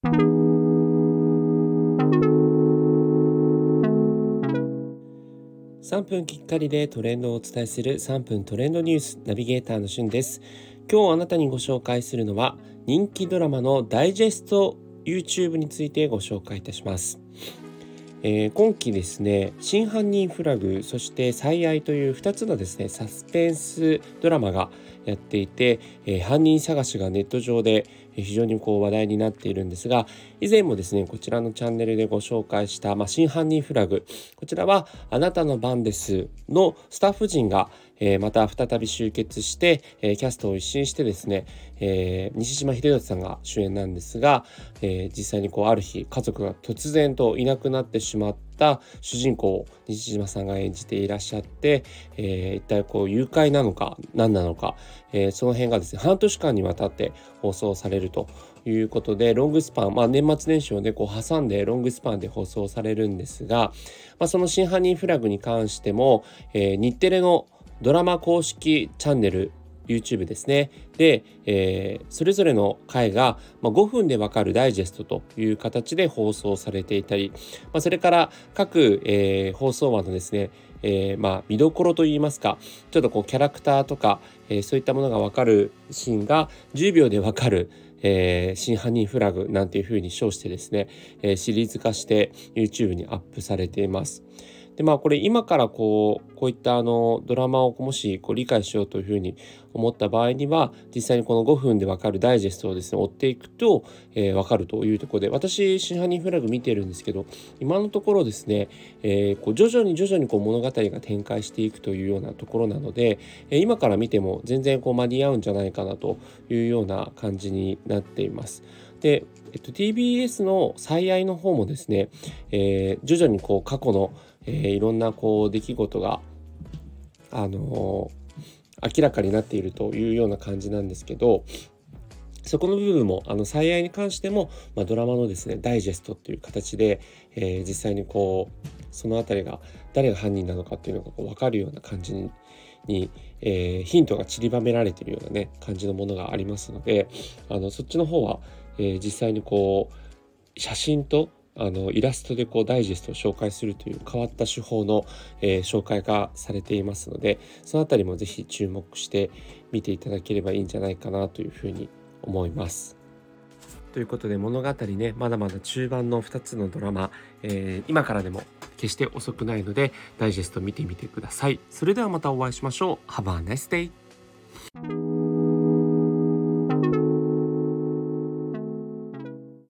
3分きっかりでトレンドをお伝えする3分トレンドニュースナビゲーターのしゅんです。今日あなたにご紹介するのは人気ドラマのダイジェスト YouTube についてご紹介いたします。今期ですね、真犯人フラグ、そして最愛という2つのですね、サスペンスドラマがやっていて、犯人探しがネット上で非常に話題になっているんですが、以前もですね、こちらのチャンネルでご紹介した、真犯人フラグ、こちらはあなたの番ですのスタッフ陣が、また再び集結して、キャストを一新してですね、西島秀俊さんが主演なんですが、実際にある日家族が突然といなくなってしまった主人公を西島さんが演じていらっしゃって、一体誘拐なのか何なのか、その辺がですね半年間にわたって放送されるということで、ロングスパン、年末年始をね挟んでロングスパンで放送されるんですが、その真犯人フラグに関しても、日テレのドラマ公式チャンネルYouTube ですね。で、それぞれの回が、5分でわかるダイジェストという形で放送されていたり、それから各、放送話のですね、見どころといいますか、ちょっとキャラクターとか、そういったものがわかるシーンが10秒でわかる、真犯人フラグなんていうふうに称してですね、シリーズ化して YouTube にアップされています。でこれ今からこういったドラマをもし理解しようというふうに思った場合には、実際にこの5分でわかるダイジェストをですね追っていくと、わかるというところで、私真犯人フラグ見てるんですけど、今のところですね、徐々に物語が展開していくというようなところなので、今から見ても全然間に合うんじゃないかなというような感じになっています。で、TBS の最愛の方もですね、徐々に過去のいろんな出来事が明らかになっているというような感じなんですけど、そこの部分も最愛に関しても、ドラマのですねダイジェストっていう形で、実際にそのあたりが誰が犯人なのかっていうのが分かるような感じに、ヒントが散りばめられているようなね感じのものがありますので、そっちの方は、実際に写真とイラストでダイジェストを紹介するという変わった手法の、紹介がされていますので、そのあたりもぜひ注目して見ていただければいいんじゃないかなというふうに思います。ということで物語ね、まだまだ中盤の2つのドラマ、今からでも決して遅くないのでダイジェスト見てみてください。それではまたお会いしましょう。Have a nice day!